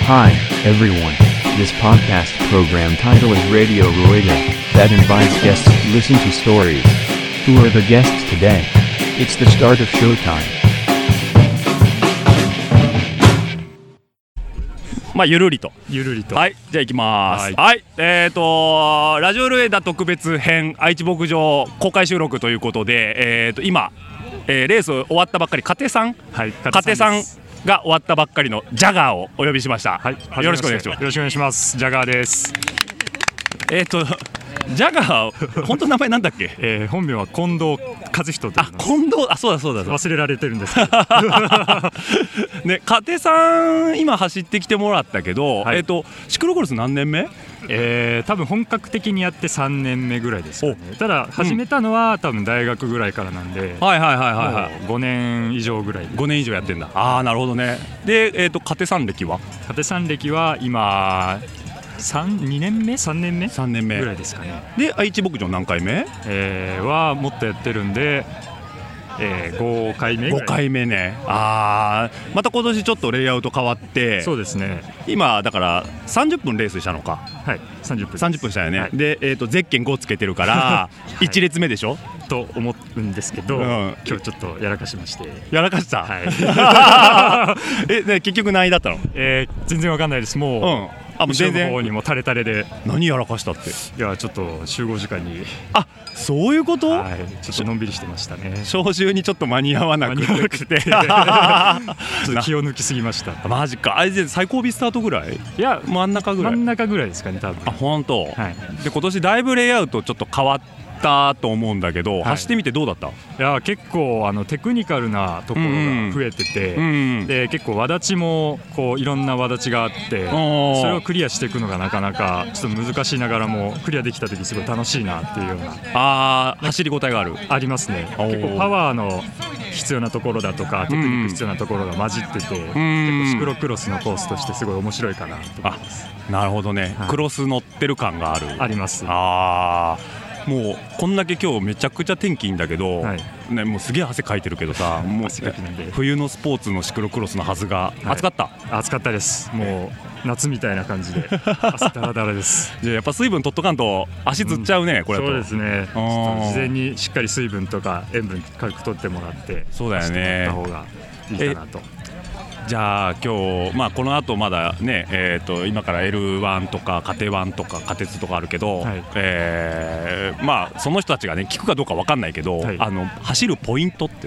Hi, everyone. This podcast program title is Radio Rueda, that invites guests to listen to stories. Who are the guests today? It's the start of showtime. まあゆるりとはい、じゃあ行きます。はい、ラジオルエダ特別編愛知牧場公開収録ということで、今、レース終わったばっかり家庭さんが終わったばっかりのジャガーをお呼びしました。 はい、 よろしくお願いします。 よろしくお願いします。ジャガーです。 ジャガー本当の名前なんだっけ？ 本名は近藤和人と言います。 近藤、そうだ忘れられてるんですけどね、家庭さん今走ってきてもらったけど、 はい、 シクロクロス何年目？ 多分本格的にやって3年目ぐらいですかね。ただ始めたのは、多分大学ぐらいからなんで、5年以上ぐらい。 5年以上やってんだ。ああ、なるほどね。で、家庭さん歴は今3年目ぐらいですかね。 で、愛知牧場何回目？ はもっとやってるんで、5回目ぐらい。 5回目ね。また今年ちょっとレイアウト変わって、 そうですね。 今だから30分レースしたのか。 はい、30分したよね。 はい、 で、ゼッケン5つけてるから1列目でしょと思うんですけど、今日ちょっとやらかしまして。 やらかした？ はいで結局何位だったの？ 全然わかんないです。もう後ろの方にもタレタレで。 何やらかしたって？ いや、ちょっと集合時間に。 そういうこと？ はい、ちょっとのんびりしてましたね。 招集にちょっと間に合わなくてちょっと気を抜きすぎました。 マジか。最後尾スタートぐらい？いや、真ん中ぐらいですかね、多分。 本当。 はい、 で今年だいぶレイアウトちょっと変わったと思うんだけど、走ってみてどうだった？ いや、結構テクニカルなところが増えてて、で結構輪立ちもこういろんな輪立ちがあって、それをクリアしていくのがなかなかちょっと難しいながらもクリアできた時すごい楽しいなっていうような。 走りごたえがありますね。 結構パワーの必要なところだとかテクニック必要なところが混じってて、結構シクロクロスのコースとしてすごい面白いかなと思います。 なるほどね、クロス乗ってる感があります。 もうこんだけ今日めちゃくちゃ天気いいんだけど、ね、もうすげえ汗かいてるけどさ、もう冬のスポーツのシクロクロスのはずが、暑かったです。もう夏みたいな感じで汗だらだらです。 じゃあやっぱ水分取っとかんと足つっちゃうね、これだと。 そうですね。ちょっと事前にしっかり水分とか塩分軽く取ってもらって、 そうだよね、 走ってもらった方がいいかなと。 じゃあ今日、この後まだね、今から L1 とか家庭1とか家鉄とかあるけど、その人たちがね聞くかどうか分かんないけど、走るポイントって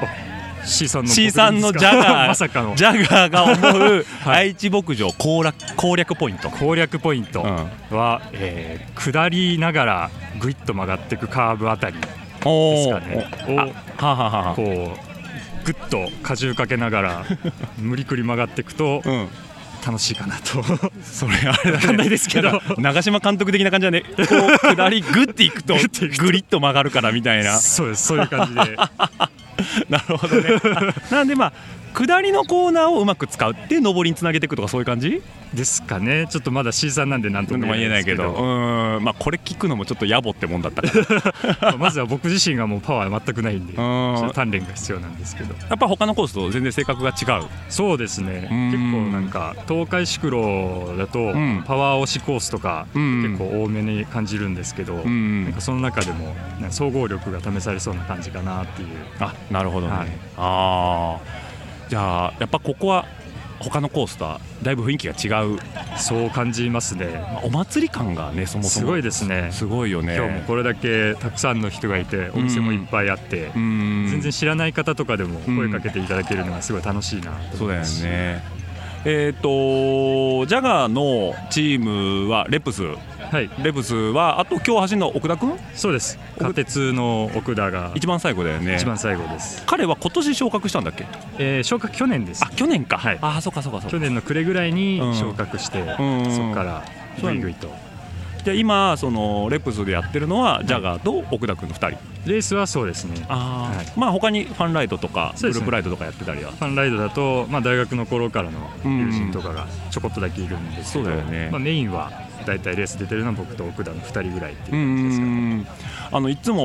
C さんのジャガーが思う愛知牧場攻略ポイントは、下りながらぐいっと曲がっていくカーブあたりですかね。こうぐっと荷重かけながら無理くり曲がっていくと楽しいかなと。 それあれだね、分かんないですけど長嶋監督的な感じだね。こう下りグッていくとグリッと曲がるからみたいな。 そうです、そういう感じでなるほどね。なんで下りのコーナーをうまく使うっていう上りにつなげていくとか、そういう感じですかね。ちょっとまだ C さんなんで何とも言えないけど、 これ聞くのもちょっと野暮ってもんだったからまずは僕自身がもうパワー全くないんで、鍛錬が必要なんですけど、 やっぱ他のコースと全然性格が違う。 そうですね。結構なんか東海シクロだとパワー押しコースとか結構多めに感じるんですけど、なんかその中でも総合力が試されそうな感じかなっていう。 なるほどね。じゃあやっぱここは他のコースとはだいぶ雰囲気が違う。 そう感じますね。 お祭り感がね、そもそもすごいですね。 すごいよね。 今日もこれだけたくさんの人がいて、お店もいっぱいあって、全然知らない方とかでも声かけていただけるのがすごい楽しいなと思います。 そうだよね。ジャガーのチームはレプスはあと今日走るの奥田君？ そうです。家鉄の奥田が一番最後だよね。 一番最後です。 彼は今年昇格したんだっけ？ 昇格去年です。 去年か。そうか。 去年の暮れぐらいに昇格して、そこからぐいぐいと。 で今そのレプスでやってるのはジャガーと奥田君の2人。 レースはそうですね。 他にファンライドとかグループライドとかやってたりは。 ファンライドだと、大学の頃からの友人とかがちょこっとだけいるんですけど、メインはだいたいレース出てるのは僕と奥田の2人ぐらいっていう感じですかね。 いつも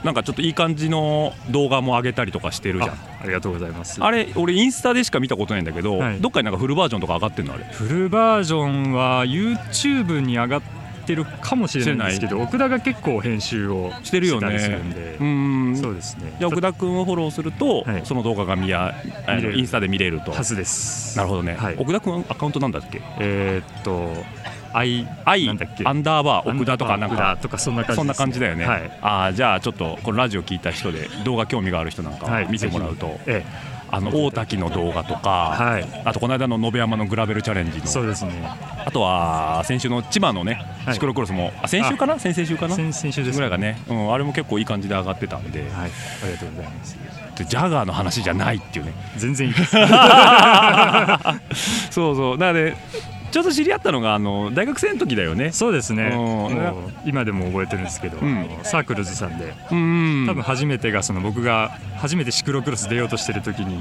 なんかちょっといい感じの動画も上げたりとかしてるじゃん。 ありがとうございます。 あれ俺インスタでしか見たことないんだけど、どっかになんかフルバージョンとか上がってんの？あれフルバージョンは YouTube に上がってるかもしれないんですけど、奥田が結構編集をしてるよね。そうですね。 じゃあ奥田君をフォローすると、その動画がインスタで見れると。 はずです。 なるほどね。奥田君アカウントなんだっけ？なんだっけ？アンダーバー奥田とかなんかとかそんな感じだよね。じゃあちょっとこのラジオ聞いた人で動画興味がある人なんか見てもらうと。大滝の動画とか、あとこの間の延山のグラベルチャレンジの、 そうですね。 あとは先週の千葉のねシクロクロスも先週かな、先々週かな、 先週ですぐらいがね、あれも結構いい感じで上がってたんで、 ありがとうございます。 でジャガーの話じゃないっていうね。 全然いいです。 そうだからね、ちょうど知り合ったのが大学生の時だよね。 そうですね。今でも覚えてるんですけど、サークルズさんで、多分初めてが僕が初めてシクロクロス出ようとしてる時に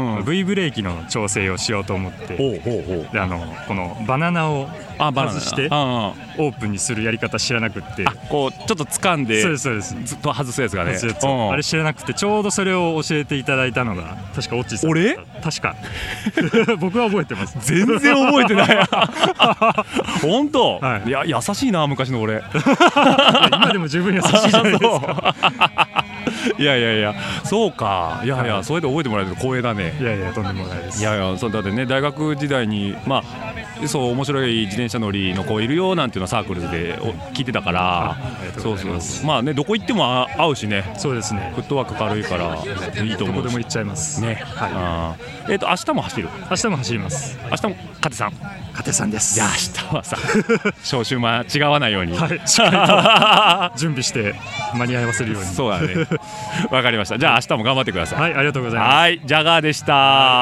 V ブレーキの調整をしようと思って、でこのバナナを外してオープンにするやり方知らなくって、 こうちょっと掴んでずっと外すやつがね、 あれ知らなくて、ちょうどそれを教えていただいたのが確かオッチーさんだった。確か僕は覚えてます。 全然覚えてない本当？いや優しいな昔の俺。 今でも十分優しいじゃないですか。 いやそうか。いやそれで覚えてもらえると光栄だね。 いやとんでもないです。 いやそうだってね、大学時代にそう面白い自転車乗りの子いるよなんていうのはサークルで聞いてたから、そうね、どこ行っても会うしね。 そうですね。 フットワーク軽いからいいと思う。 どこでも行っちゃいますね。明日も走る？ 明日も走ります。 明日も加手さんです。いや明日はさ招集間違わないように、 しっかりと準備して間に合わせるように。 そうだね。わかりました。じゃあ明日も頑張ってください。 はい、ありがとうございます。 はい、ジャガーでした。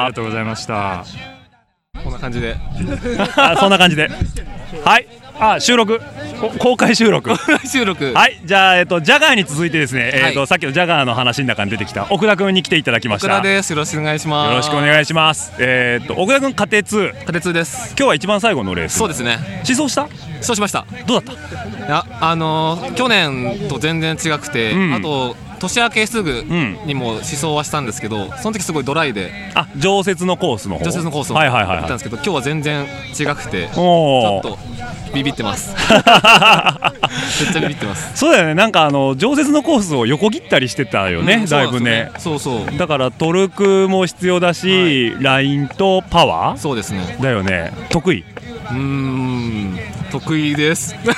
ありがとうございました。 こんな感じでそんな感じで、はい、収録公開収録はい、じゃあジャガーに続いてですね、さっきのジャガーの話の中に出てきた奥田君に来ていただきました。 奥田です。よろしくお願いします。 よろしくお願いします。奥田君家庭 2です。 今日は一番最後のレース。 そうですね。 試走しました。どうだった？ いや去年と全然違くて、あと年明けすぐにも試走はしたんですけど、その時すごいドライで、 常設のコースの方行ったんですけど、今日は全然違くてちょっとビビってますめっちゃビビってます。 そうだよね。なんか常設のコースを横切ったりしてたよね、だいぶね。 そうだからトルクも必要だし、ラインとパワー、 そうですね。 だよね。得意得意です得意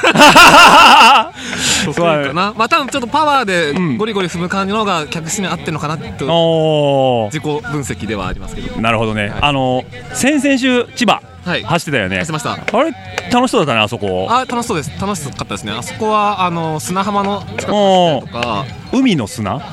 かな。多分ちょっとパワーでゴリゴリ踏む感じの方が客室に合ってるのかなと自己分析ではありますけど。 なるほどね。先々週千葉走ってたよね。 走ってました。 あれ楽しそうだったね、あそこ。 楽しそうです。楽しかったですね。あそこは砂浜の近くだったりとか、 海の砂と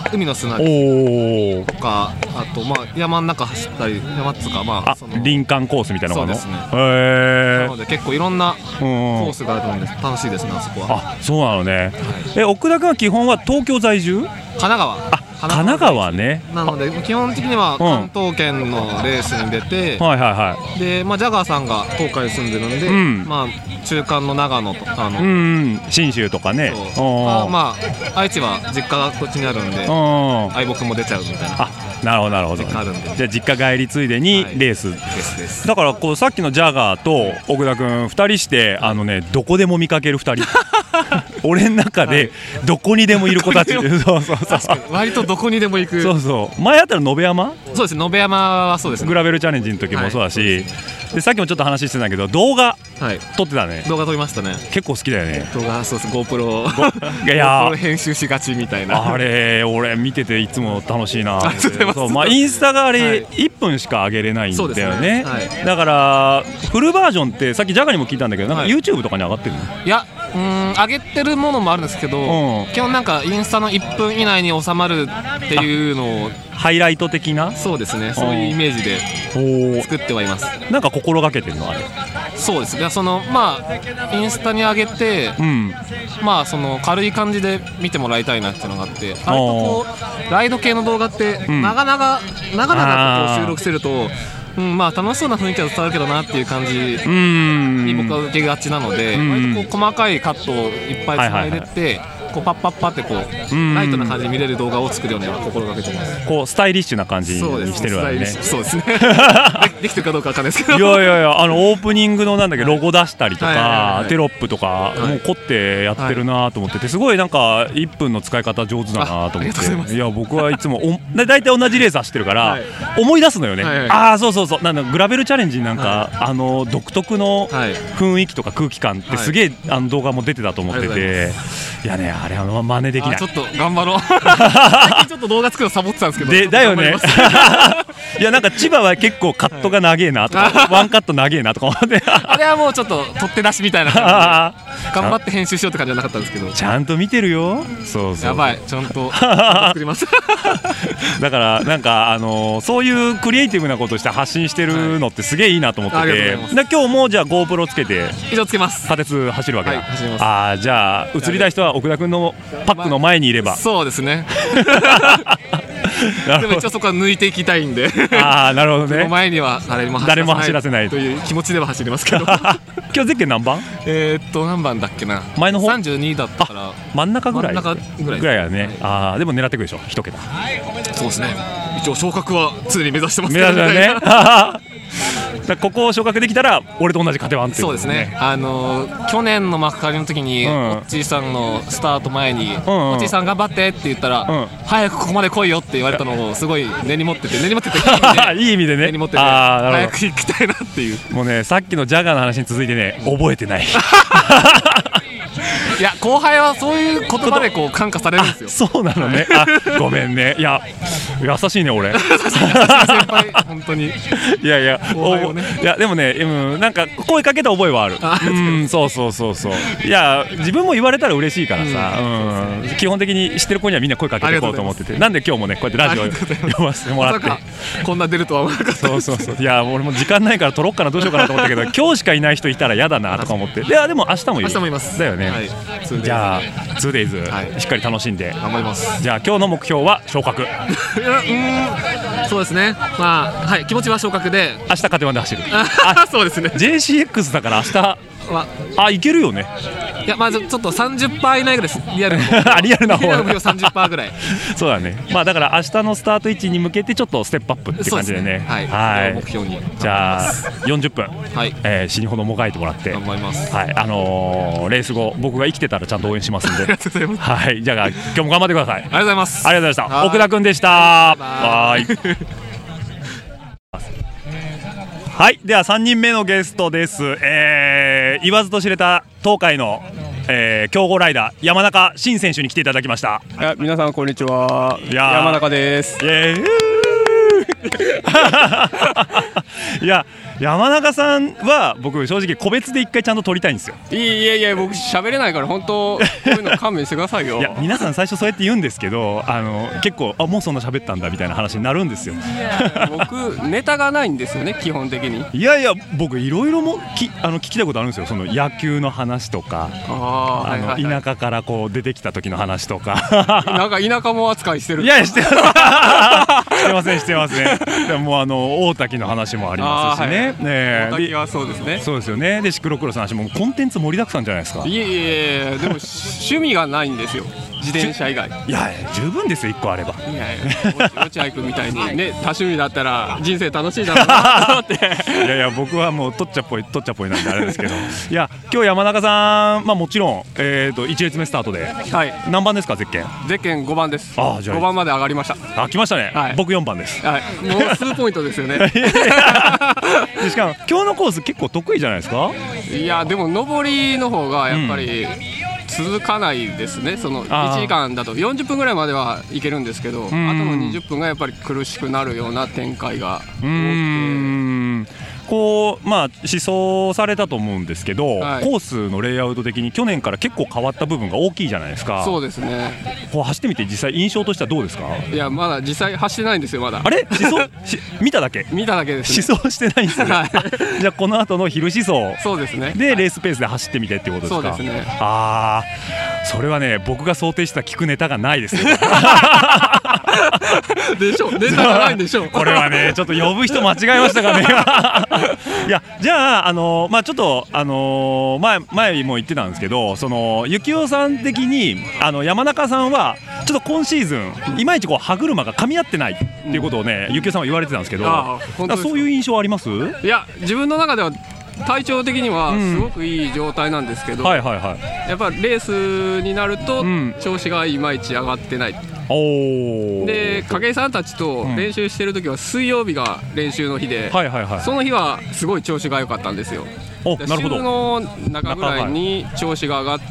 か、あと山の中走ったり、山っつうか林間コースみたいなのがそうですね。なので結構いろんなコースがあるので楽しいですね、あそこは。 そうなのね。奥田君は基本は東京在住？ 神奈川ね。なので基本的には関東圏のレースに出て、でジャガーさんが東海に住んでるんで、中間の長野とか信州とかね、 愛知は実家がこっちにあるんで相棒君も出ちゃうみたいな。 なるほどじゃあ実家帰りついでにレースだから、こうさっきのジャガーと奥田君2人してどこでも見かける2人俺の中でどこにでもいる子たち割とどこにでも行く。 前あったら延山。 そうです。延山はそうですね。 グラベルチャレンジの時もそうだし、でさっきもちょっと話してたけど動画撮ってたね。 動画撮りましたね。 結構好きだよね。 動画そうです。GoPro 編集しがちみたいな。 あれ俺見てていつも楽しいな。インスタがあれ1分しか上げれないんだよね。だからフルバージョンってさっきジャガにも聞いたんだけど、なんか YouTube とかに上がってるの？ いや上げてるものもあるんですけど、基本なんかインスタの1分以内に収まるっていうのをハイライト的な。そうですね。そういうイメージで作ってはいます。 なんか心がけてるのあれ？ そうですね。インスタに上げて、その軽い感じで見てもらいたいなっていうのがあって、割とこうライド系の動画って長々と収録してると、楽しそうな雰囲気は伝わるけどなっていう感じに僕は受けがちなので、割とこう細かいカットをいっぱいつないでって、 こうパッパッパってこうライトな感じで見れる動画を作るようには心がけてます。 こうスタイリッシュな感じにしてるわね。 そうですねできてるかどうかわかんないですけど、 いやオープニングのなんだっけロゴ出したりとかテロップとかもう凝ってやってるなと思ってて、すごいなんか1分の使い方上手だなと思って、いや僕はいつもだいたい同じレース走ってるから思い出すのよね。そうなんだグラベルチャレンジなんか独特の雰囲気とか空気感ってすげえ動画も出てたと思ってて、いやねあれは真似できない。 ちょっと頑張ろう最近ちょっと動画作るのサボってたんですけどだよねいやなんか千葉は結構カットが長えなとかワンカット長えなとか思ってあれはもうちょっと取って出しみたいな感じで頑張って編集しようって感じじゃなかったんですけど、 ちゃんと見てるよ。そうやばいちゃんと作りますだからなんかそういうクリエイティブなことをして発信してるのってすげえいいなと思ってて、今日もじゃあ GoPro つけて以上つけます。 仮鉄走るわけだ。 走ります。 じゃあ映りたい人は奥田君のパックの前にいれば、 そうですねでも一応そこは抜いていきたいんでなるほどね。 その前には誰も走らせないという気持ちでは走りますけど今日ゼッケン何番？ 何番だっけな。 前の方 32だったから真ん中ぐらいやね。でも狙ってくるでしょ1桁。 そうですね。一応昇格は常に目指してますけどねここを昇格できたら俺と同じ勝てワンっていう、ね、 そうですね。去年の幕張の時に、オッチーさんのスタート前に、オッチーさん頑張ってって言ったら、早くここまで来いよって言われたのをすごい根に持ってていい意味でね根に持ってて早く行きたいなっていう。 もうねさっきのジャガーの話に続いてね覚えてないいや後輩はそういう言葉でこう感化されるんですよ。 そうなのね。ごめんね。いや優しいね俺先輩本当に。 いやでもね、なんか声かけた覚えはある。そういや自分も言われたら嬉しいからさ、基本的に知ってる子にはみんな声かけていこうと思ってて、なんで今日もねこうやってラジオ読ませてもらってこんな出るとは思わなかった。 そういや俺も時間ないから撮ろっかなどうしようかなと思ったけど今日しかいない人いたら嫌だなとか思って。いやでも明日もいますだよね。じゃあ 2days しっかり楽しんで頑張ります。 じゃあ今日の目標は昇格。 そうですね。気持ちは昇格で明日勝てワンで走る。 そうですね。 JCX だから明日いけるよね。 いやちょっと 30% 以内ぐらいです。リアルな方目標 30% ぐらいそうだね。だから明日のスタート位置に向けてちょっとステップアップって感じでね。 目標にじゃあ40分死ぬほどもがいてもらって頑張ります。 レース後僕が生きてたらちゃんと応援しますんでじゃあ今日も頑張ってください。ありがとうございます。 ありがとうございました。奥田くんでした。では3人目のゲストです。言わずと知れた東海の、強豪ライダー山中慎選手に来ていただきました。 皆さんこんにちは。山中です。 いや山中さんは僕正直個別で一回ちゃんと撮りたいんですよ。 いや僕喋れないから本当こういうの勘弁してくださいよ。 いや皆さん最初そうやって言うんですけど結構もうそんな喋ったんだみたいな話になるんですよ。 僕ネタがないんですよね基本的に。 いや僕いろいろも聞きたいことあるんですよ。その野球の話とか田舎からこう出てきた時の話とかなんか田舎も扱いしてる。 いやしてませんしてません。でも大滝の話もありますしね。 大滝はそうですね。 そうですよね。でシクロクロスの話もコンテンツ盛りだくさんじゃないですか。 いえでも趣味がないんですよ自転車以外。 いや十分ですよ1個あれば。 落合君みたいにね多趣味だったら人生楽しいだろうなと思っていや僕はもうとっちゃっぽいなんであれですけどいや今日山中さんもちろん1列目スタートで何番ですかゼッケン 5番です。 じゃあ 5番まで上がりました。 来ましたね。僕4番です。 もう数ポイントですよねしかも今日のコース結構得意じゃないですか。 いやでも上りの方がやっぱり、続かないですね。その1時間だと40分ぐらいまではいけるんですけど、あとの20分がやっぱり苦しくなるような展開が多くて、 こう試走されたと思うんですけど、コースのレイアウト的に去年から結構変わった部分が大きいじゃないですか。 そうですね。 こう走ってみて実際印象としてはどうですか。 いやまだ実際走ってないんですよまだ。 あれ見ただけ見ただけです、 ね、思想してないんですねじゃあこの後の昼思想そうですねでレースペースで走ってみてっていうことですか。 そうですね。 それはね僕が想定した聞くネタがないですよでしょ、ネタがないんでしょ。 これはねちょっと呼ぶ人間違えましたかねいやじゃあちょっと前も言ってたんですけど、そのゆきおさん的に山中さんはちょっと今シーズンいまいちこう歯車が噛み合ってないっていうことをね、ゆきおさんは言われてたんですけど、そういう印象あります？ いや自分の中では体調的にはすごくいい状態なんですけど、やっぱりレースになると調子がいまいち上がってない。で景井さんたちと練習してる時は水曜日が練習の日で、その日はすごい調子が良かったんですよ。週の中ぐらいに調子が上がって、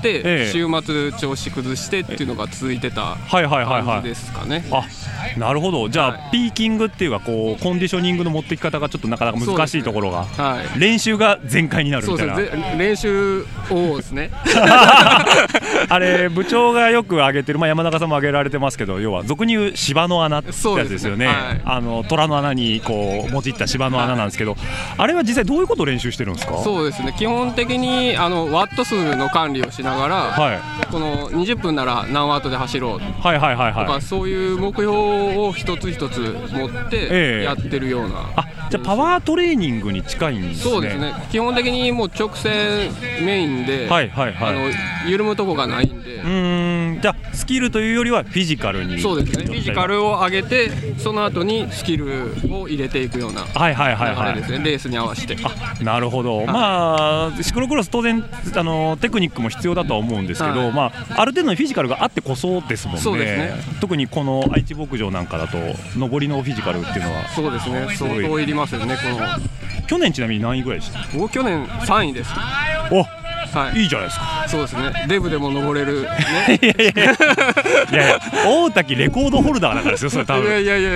週末調子崩してっていうのが続いてた感じですかね。 なるほど。じゃあピーキングっていうかこうコンディショニングの持ってき方がちょっとなかなか難しいところが、練習が全開になるみたいな。 そうですね、練習をですねあれ部長がよく挙げてる、山中さんも挙げられてますけど、要は俗に言う芝の穴ってやつですよね。虎の穴にこうもじった芝の穴なんですけど、あれは実際どういうことを練習してるんですか？ そうですね、基本的にワット数の管理をしながら、この20分なら何ワットで走ろうとか、そういう目標を一つ一つ持ってやってるような、 じゃあパワートレーニングに近いんですね。 そうですね、基本的にもう直線メインで、緩むとこがないんで、 じゃあスキルというよりはフィジカルに。 そうですね、フィジカルを上げてその後にスキルを入れていくような流れですね、レースに合わせて。 なるほど。シクロクロス当然テクニックも必要だとは思うんですけど、ある程度のフィジカルがあってこそですもんね。 そうですね、 特にこの愛知牧場なんかだと上りのフィジカルっていうのは。 そうですね、相当いりますよね。 去年ちなみに何位ぐらいでした？ 僕去年3位です。 いいじゃないですか。 そうですね、デブでも登れる、ね、 いや大滝レコードホルダーだからですよ、それ多分。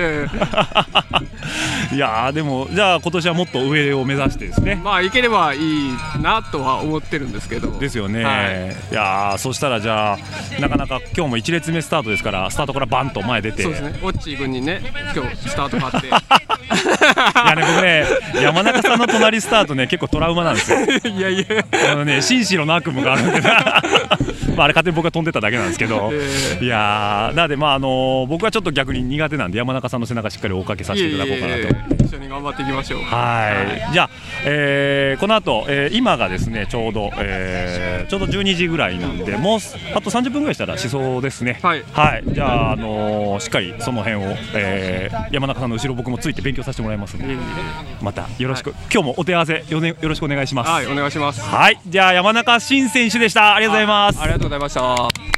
いやでもじゃあ今年はもっと上を目指してですね、 いければいいなとは思ってるんですけど。 ですよね。いやそしたらじゃあなかなか今日も1列目スタートですから、スタートからバンと前出て。 そうですね、オッチー君にね今日スタート買っていやね、僕ね山中さんの隣スタートね結構トラウマなんですよ。紳士の悪夢があるんであれ勝手に僕が飛んでただけなんですけど、いやなので僕はちょっと逆に苦手なんで、山中さんの背中しっかり追っかけさせていただこうかなと。 一緒に頑張っていきましょう。 じゃあ、この後、今がですねちょうど12時ぐらいなんで、もうあと30分ぐらいしたらしそうですね。じゃあ、しっかりその辺を、山中さんの後ろ僕もついて勉強させてもらいますので、またよろしく、今日もお手合わせよろしくお願いします。 お願いします。 じゃあ山中伸選手でした。ありがとうございます。 ありがとうございました。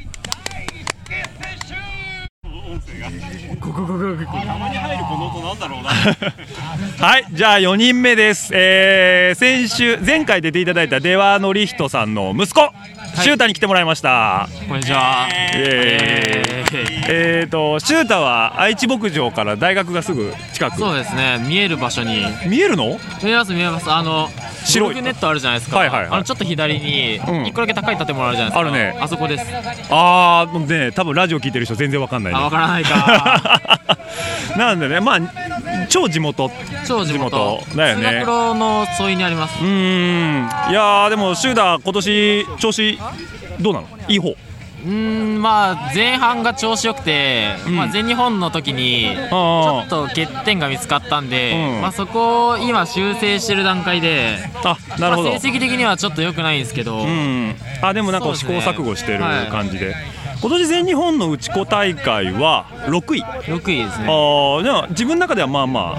じゃあ4人目です。前回出ていただいた出羽典人さんの息子、シュータに来てもらいました。 こんにちは。 シュータは愛知牧場から大学がすぐ近く。 そうですね、見える場所に。 見えるの？ 見えます見えます。白いネットあるじゃないですか。ちょっと左に1個だけ高い建物あるじゃないですか。 あるね。 あそこです。 多分ラジオ聞いてる人全然わかんないね。 わからないか。 なんでね、超地元だよね。 通学路の沿いにあります。 いやでもシュータ今年調子どうなの？いい方？ 前半が調子よくて、全日本の時にちょっと欠点が見つかったんで、そこを今修正してる段階で、 なるほど。 成績的にはちょっと良くないんですけど、 でもなんか試行錯誤してる感じで、今年全日本の内子大会は6位ですね。 じゃあ自分の中では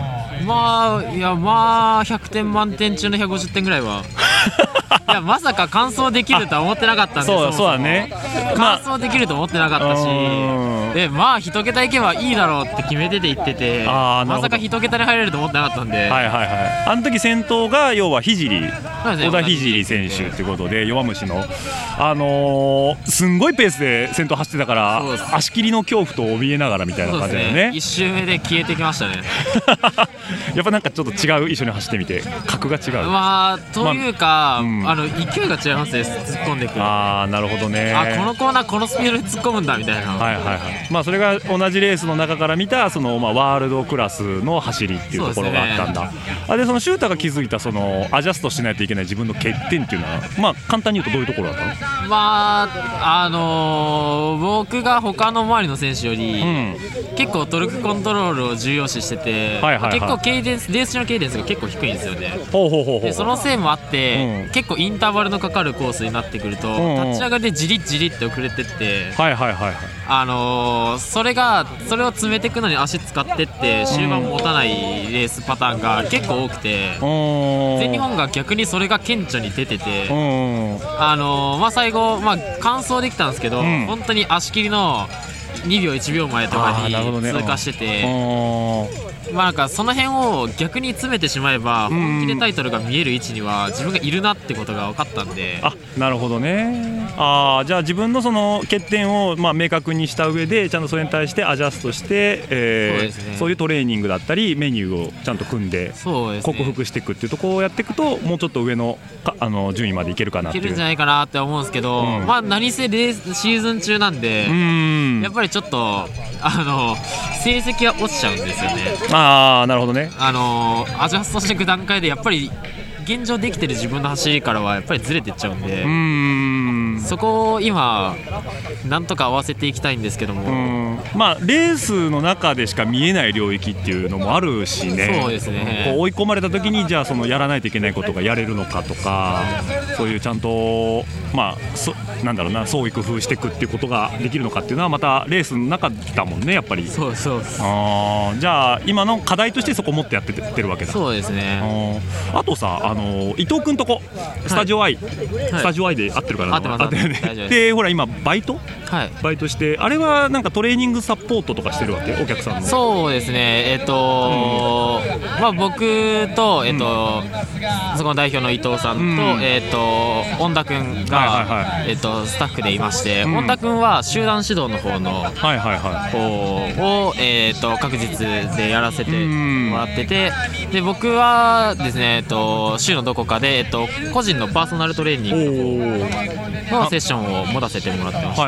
100点満点中の150点ぐらいは。いやまさか完走できるとは思ってなかったんで。 そうだね。 完走できると思ってなかったし、で1桁いけばいいだろうって決めてて言ってて、まさか1桁に入れると思ってなかったんで。 あの時先頭が要は聖小田聖選手っていうことで、弱虫のすんごいペースで先頭走ってたから、足切りの恐怖と怯えながらみたいな感じだよね。 1周目で消えてきましたね。 やっぱなんかちょっと違う、一緒に走ってみて格が違う。 というか、 勢いが違いますね、突っ込んでくる。 なるほどね。 このコーナーこのスピードで突っ込むんだみたいな。 まあそれが同じレースの中から見たそのワールドクラスの走りっていうところがあったんだ。でそのシュータが気づいたそのアジャストしないといけない自分の欠点っていうのはまあ簡単に言うとどういうところだったの？ 僕が他の周りの選手より、結構トルクコントロールを重要視してて、結構レース中のケイデンスが結構低いんですよね。でそのせいもあって、結構インターバルのかかるコースになってくると、立ち上がりでじりじりって遅れてって、それを詰めていくのに足使ってって終盤持たないレースパターンが結構多くて、全日本が逆にそれが顕著に出てて、最後、完走できたんですけど、本当に足切りの2秒1秒前とかに通過してて、なんかその辺を逆に詰めてしまえば本気でタイトルが見える位置には自分がいるなってことが分かったんで。 なるほどね。じゃあ自分のその欠点を明確にした上でちゃんとそれに対してアジャストして、そういうトレーニングだったりメニューをちゃんと組んで克服していくっていうところをやっていくと、もうちょっと上の順位までいけるかなっていう。 いけるんじゃないかなって思うんですけど、何せシーズン中なんで、やっぱりちょっと成績は落ちちゃうんですよね。 なるほどね。 アジャストしていく段階でやっぱり現状できてる自分の走りからはやっぱりずれていっちゃうんで、そこを今なんとか合わせていきたいんですけども、 レースの中でしか見えない領域っていうのもあるしね。 そうですね。 追い込まれた時にじゃあそのやらないといけないことがやれるのかとか、そういうちゃんとなんだろうな、創意工夫していくっていうことができるのかっていうのはまたレースの中だもんね、やっぱり。 そうです。 じゃあ今の課題としてそこを持ってやってるわけだ。 そうですね。 あとさ、伊藤君とこスタジオ I、スタジオ I で合ってるかな。 合ってるね。 でほら今バイトして、あれはなんかトレーニングサポートとかしてるわけ、お客さんの。 そうですね。僕とそこの代表の伊藤さんと恩田君がスタッフでいまして、恩田君は集団指導の方の方を確実でやらせてもらってて、で僕はですね週のどこかで個人のパーソナルトレーニングのセッションを持たせてもらってまして、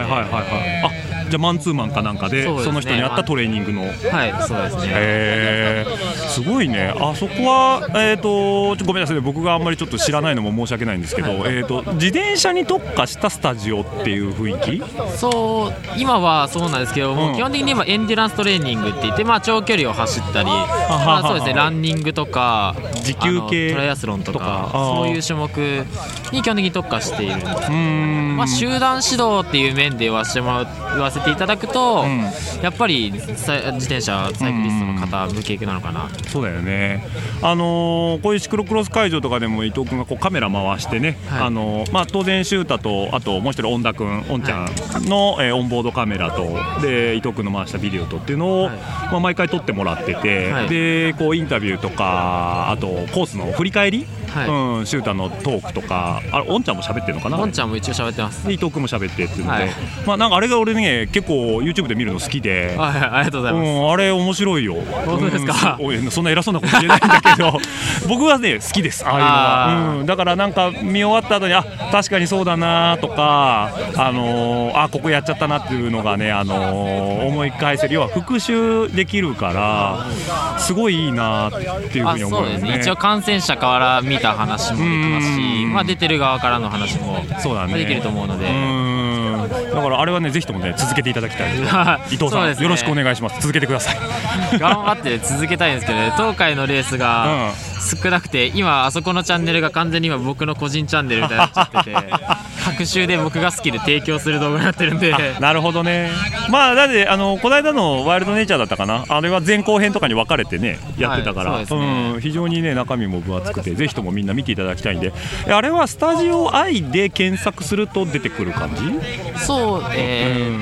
じゃあマンツーマンかなんかでその人に合ったトレーニングの。 そうですね。 すごいね。そこはごめんなさい、僕があんまりちょっと知らないのも申し訳ないんですけど、自転車に特化したスタジオっていう雰囲気？ 今はそうなんですけども、基本的に今エンデュランストレーニングって言って、長距離を走ったり、そうですね、ランニングとか持久系トライアスロンとかそういう種目に基本的に特化しているんです。集団指導っていう面で言わせていただくと、やっぱり自転車サイクリストの方向けなのかな。 そうだよね。こういうシクロクロス会場とかでも伊藤君がこうカメラ回してね、当然シュータとあともう一人恩田君、恩ちゃんの、オンボードカメラとで伊藤君の回したビデオとっていうのを、毎回撮ってもらってて、でこうインタビューとかあとコースの振り返り、シュータのトークとか、恩ちゃんも喋ってるのかな。 恩ちゃんも一応喋ってます。 伊藤君も喋ってっていうので、なんかあれが俺ね結構 YouTube で見るの好きで、 ありがとうございます。 あれ面白いよ。 本当ですか？ そんな偉そうなこと言えないんだけど僕はね好きです、ああいうのは。だからなんか見終わった後に確かにそうだなとか、ここやっちゃったなっていうのがね、思い返せる、要は復習できるからすごいいいなっていうふうに思うよね。 そうですね。一応感染者から見た話もできますし、出てる側からの話もできると思うので、 だからあれはねぜひともね続けていただきたい伊藤さん、よろしくお願いします。続けてください。 頑張って続けたいんですけどね、東海のレースが少なくて、今あそこのチャンネルが完全に今僕の個人チャンネルみたいになっちゃってて各週で僕が好きで提供する動画になってるんでなるほどね。だってこの間のワイルドネイチャーだったかな、あれは前後編とかに分かれてねやってたから、非常にね中身も分厚くて、ぜひともみんな見ていただきたいんで、あれはスタジオ I で検索すると出てくる感じ？ そう、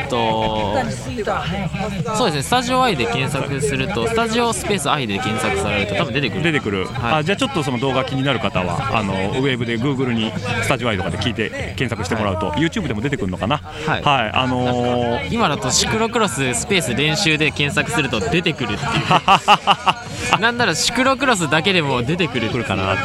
そうですね、スタジオ I で検索すると、スタジオスペース I で検索されると多分出てくる、 はい、じゃあちょっとその動画気になる方はウェブで Google にスタジオ I とかで聞いて検索してもらうと、はい、YouTube でも出てくるのかな、 はいはい、今だとシクロクロススペース練習で検索すると出てくるっていうなんならシクロクロスだけでも出てくるかなって。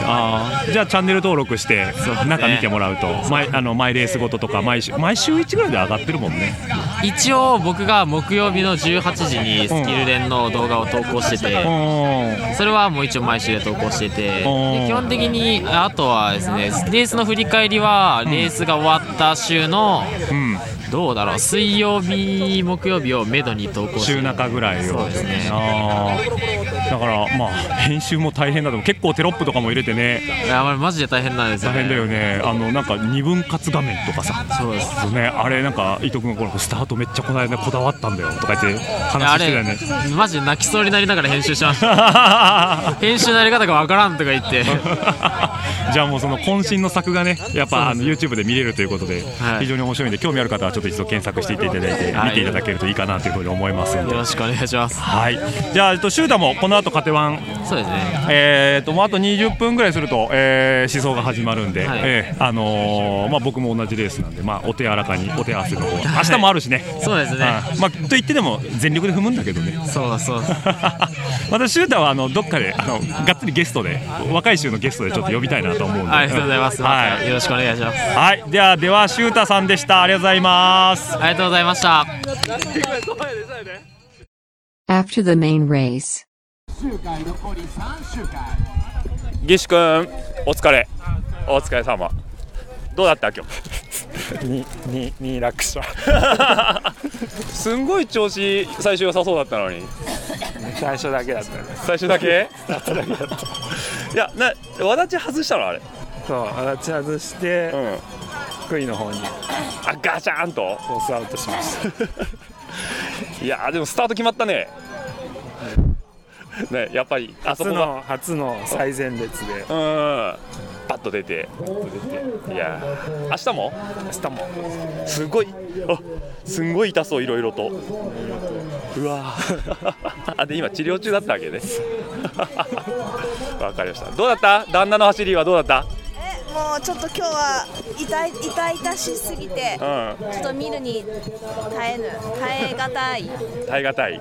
じゃあチャンネル登録してなんか見てもらうと、毎レースごととか毎週1ぐらいで上がってるもんね。 一応僕が木曜日の18時にスキル練の動画を投稿してて、それはもう一応毎週で投稿してて、で基本的にあとはですね、レースの振り返りはレースが終わった週の、どうだろう、水曜日木曜日をめどに投稿して週中ぐらいを。 そうですね。 だからまあ編集も大変だと思う。結構テロップとかも入れてね。 いやマジで大変なんですよね。 大変だよね。なんか2分割画面とかさ。 そうですね。あれなんか伊藤君がスタートめっちゃこだわったんだよとか言って話してたよね。 マジで泣きそうになりながら編集しました編集のやり方がわからんとか言ってじゃあもうその渾身の作がね、やっぱYouTube で見れるということで、非常に面白いんで、興味ある方はちょっと一度検索していただいて見ていただけるといいかなというふうに思いますので、 よろしくお願いします。 はい。じゃあシュータもこの後カテワン、 そうですね。 もうあと20分ぐらいすると思想が始まるんで、僕も同じレースなんで、お手柔らかにお手合わせの方、明日もあるしね。 そうですね。 と言ってでも全力で踏むんだけどね。 そうまたシュータはどっかでがっつりゲストで、若い週のゲストでちょっと呼びたいなと思うんで。 ありがとうございます。はい、よろしくお願いします。 はい。ではシュータさんでした。ありがとうございます。 ありがとうございました。 After the main race。 ギシ君、お疲れ様。どうだった今日 2落車すんごい調子最初良さそうだったのに。 最初だけだったね。 最初だけいやわだち外したのあれ。 そう、わだち外して、福井の方にガチャーンとコースアウトしましたいやでもスタート決まったね。ね、やっぱり初の最前列でパッと出て、いや明日もすごい痛そう、いろいろと。うわで今治療中だったわけねわかりました。どうだった？旦那の走りはどうだった？ もうちょっと今日は痛々しすぎて、ちょっと見るに耐えがたい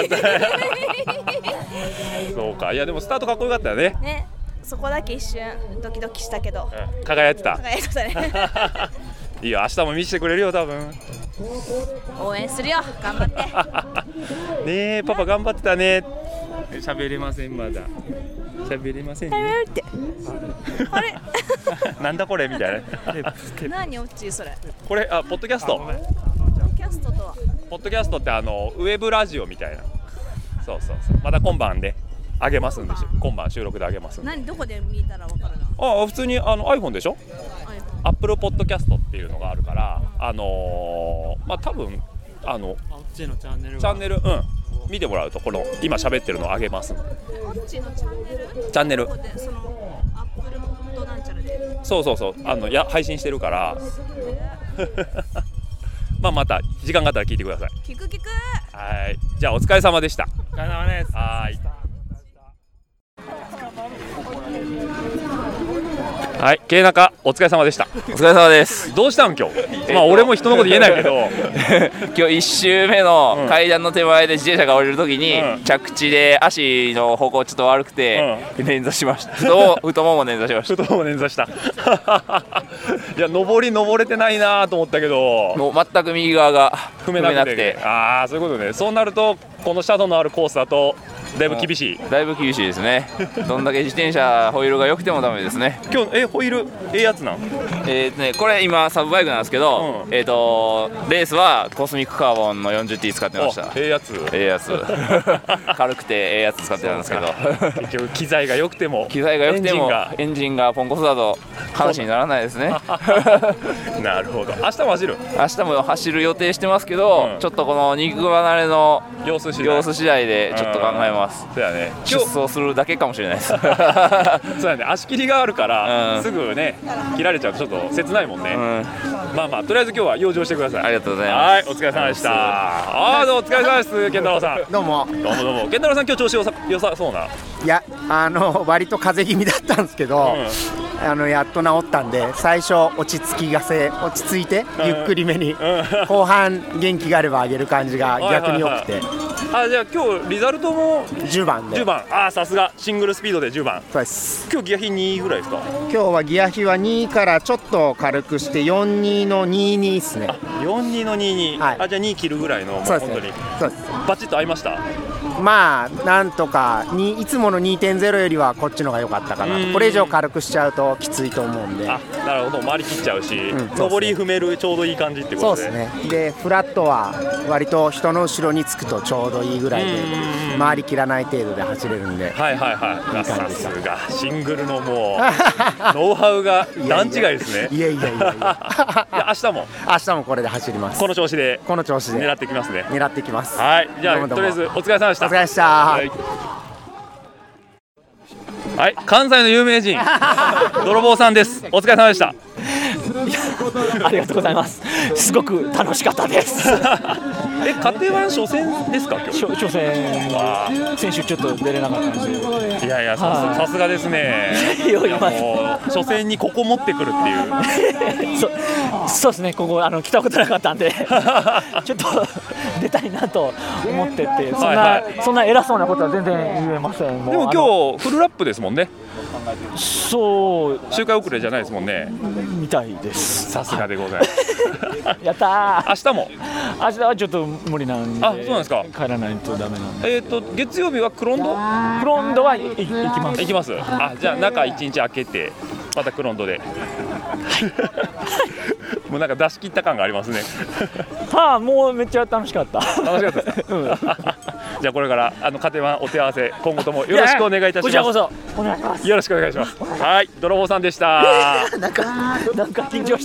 そうか。いやでもスタートかっこよかったよね。 ね、そこだけ一瞬ドキドキしたけど、 輝いてたねいいよ、明日も見せてくれるよ多分。 応援するよ、頑張ってねえ、パパ頑張ってたね。喋れません、まだ喋れませんねってあれなんだこれみたいな何おっちそれ。 これポッドキャスト。ポッドキャストってウェブラジオみたいな。そうまた今晩で上げますんで、今晩収録で上げますんで。 どこで見たら分かるの？ 普通にiPhone でしょ。Apple Podcast っていうのがあるから、多分ちのチャンネル、見てもらうとこの今喋ってるのを上げます。 チャンネル。 そういや配信してるからまた時間があったら聞いてください。 聞く。 はい。じゃあお疲れ様でした。 お疲れ様です。 はい。はい、慶中お疲れ様でした。 お疲れ様です。 どうしたん今日？俺も人のこと言えないけど今日1周目の階段の手前で自転車が降りるときに、着地で足の方向ちょっと悪くて、捻挫しました。太もも捻挫しました。 太もも捻挫したいや登れてないなと思ったけど、 もう全く右側が踏めなくて。 ああ、そういうことね。そうなるとこのシャドウのあるコースだとだいぶ厳しい。 だいぶ厳しいですね。どんだけ自転車ホイールが良くてもダメですね。 今日ホイールやつなん？ これ今サブバイクなんですけど、レースはコスミックカーボンの 40T 使ってました。 やつ軽くてやつ使ってたんですけど結局機材が良くてもエンジンがポンコツだと話にならないですねなるほど。明日も走る？ 明日も走る予定してますけど、ちょっとこの肉離れの様子次第でちょっと考えます。 そうやね。 出走するだけかもしれないですそうやね。足切りがあるから、すぐね切られちゃうとちょっと切ないもんね。まあまあとりあえず今日は養生してください。 ありがとうございます。 はい、お疲れ様でした。どうもお疲れ様です。健太郎さん。 どうも。 どうもどうも。健太郎さん今日調子良さそうな。 いや割と風邪気味だったんですけど、やっと治ったんで最初落ち着いてゆっくりめに、後半元気があれば上げる感じが逆に良くて。 じゃあ今日リザルトも 10番で。 10番。さすがシングルスピードで10番。 そうです。 今日ギア比2ぐらいですか？ 今日はギア比は2からちょっと軽くして42の22ですね。 42の22。 はい。 じゃあ2切るぐらいの。 そうですね。 本当に。 そうです。 バチッと合いました？ まあなんとかいつもの 2.0 よりはこっちのが良かったかなと。これ以上軽くしちゃうときついと思うんで。 なるほど。回り切っちゃうし、上り踏めるちょうどいい感じってことで。 そうですね。でフラットは割と人の後ろにつくとちょうどいいぐらいで回り切らない程度で走れるんで。 はいはいはい。さすがシングルのもうノウハウが段違いですね。 いや明日もこれで走ります。 この調子で狙ってきますね。 狙ってきます。 はい。じゃあとりあえずお疲れ様でした。 お疲れ様でした。 はい、関西の有名人泥棒さんです。お疲れ様でした。 ありがとうございます。すごく楽しかったです。 家庭は初戦ですか？今日初戦は先週ちょっと出れなかったんですけど。 いやさすがですね。もう初戦にここ持ってくるっていう。 そうですね。ここ来たことなかったんでちょっと出たいなと思ってて、そんな偉そうなことは全然言えません。 でも今日フルラップですもんね。 そう。 周回遅れじゃないですもんね。 みたいです。 さすがでございます。 やったー。 明日はちょっと無理なんで。 そうなんですか。 帰らないとダメなんで。 月曜日はクロンドは行きます。 じゃあ中1日空けてまたクロンドで。もうなんか出し切った感がありますね。 もうめっちゃ楽しかった。 楽しかったですか。じゃあこれから家庭はお手合わせ今後ともよろしくお願いいたします。こちらこそお願いします。 よろしくお願いします。はい、泥棒さんでした。 なんか緊張した。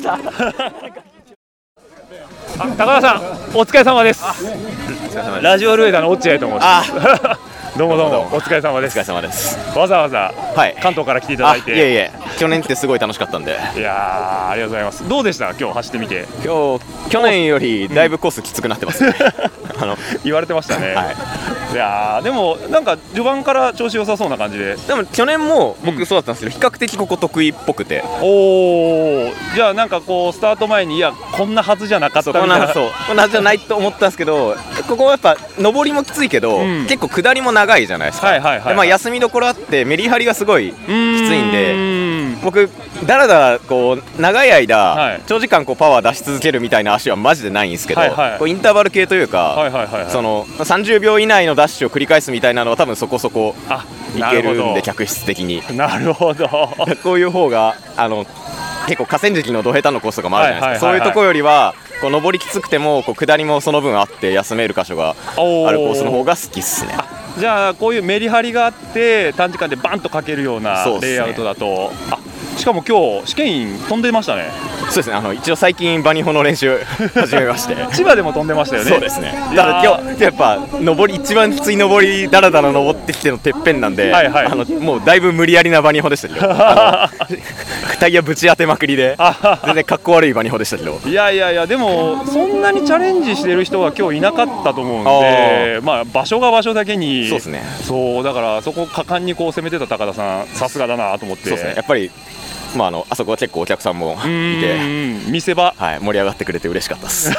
高田さんお疲れ様です。ラジオルエダの落合と申します。どうもお疲れ様です。 お疲れ様です。 わざわざ関東から来ていただいて。 いえ去年ってすごい楽しかったんで。 いやありがとうございます。どうでした今日走ってみて？ 去年よりだいぶコースきつくなってますね。 言われてましたね。いやでもなんか序盤から調子良さそうな感じで。 でも去年も僕そうだったんですけど、比較的ここ得意っぽくて。 じゃあなんかこうスタート前にこんなはずじゃなかったみたいな。 こんなはずじゃないと思ったんですけど、ここはやっぱ上りもきついけど、結構下りも長いじゃないですか。休みどころあってメリハリがすごいきついんで、僕だらだらこう長い間、長時間こうパワー出し続けるみたいな足はマジでないんですけど、こうインターバル系というか、その30秒以内のダッシュを繰り返すみたいなのは多分そこそこいけるんで、客室的に。 なるほど。 こういう方が結構河川敷のど下手のコースとかもあるじゃないですか。そういうところよりはこう上りきつくてもこう下りもその分あって休める箇所があるコースの方が好きっすね。 じゃあこういうメリハリがあって短時間でバンとかけるようなレイアウトだと、しかも今日試験員飛んでましたね。 そうですね。一応最近バニホの練習始めまして千葉でも飛んでましたよね。 そうですね。だから今日やっぱ一番きつい上りだらだら登ってきてのてっぺんなんで、もうだいぶ無理やりなバニホでしたけどタイヤぶち当てまくりで全然かっこ悪いバニホでしたけど。 いやでもそんなにチャレンジしてる人が今日いなかったと思うんで、場所が場所だけに。 そうですね。 そうだからそこ果敢にこう攻めてた高田さんさすがだなと思って。 そうですね。やっぱりあそこは結構お客さんもいて見せ場、 盛り上がってくれて嬉しかったです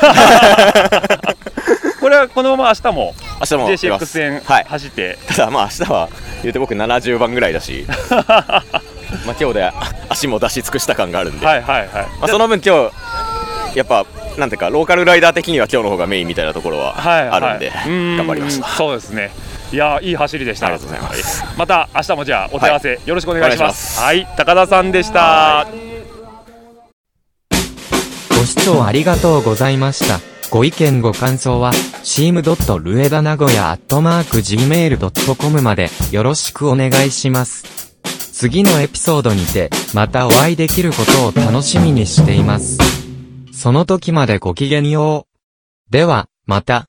これはこのまま明日も JCX 戦走って、 ただ明日は言うて僕70番ぐらいだし今日で足も出し尽くした感があるんで、その分今日やっぱなんていうかローカルライダー的には今日の方がメインみたいなところはあるんで頑張りました。 そうですね。いやいい走りでした。 ありがとうございます。 また明日もじゃあお手合わせよろしくお願いします。はい、高田さんでした。 ご視聴ありがとうございました。ご意見ご感想は team.rueda nagoya@gmail.com までよろしくお願いします。次のエピソードにてまたお会いできることを楽しみにしています。その時までごきげんよう。ではまた。